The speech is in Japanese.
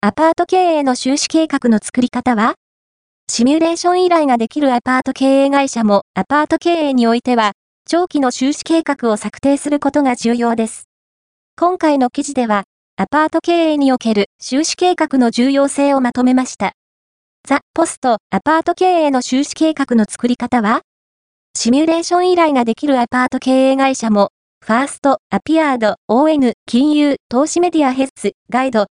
アパート経営の収支計画の作り方は？シミュレーション依頼ができるアパート経営会社もアパート経営においては、長期の収支計画を策定することが重要です。今回の記事では、アパート経営における収支計画の重要性をまとめました。ザ・ポスト、アパート経営の収支計画の作り方は？シミュレーション依頼ができるアパート経営会社も、ファースト、アピアード、ON、金融、投資メディアヘッズ、ガイド、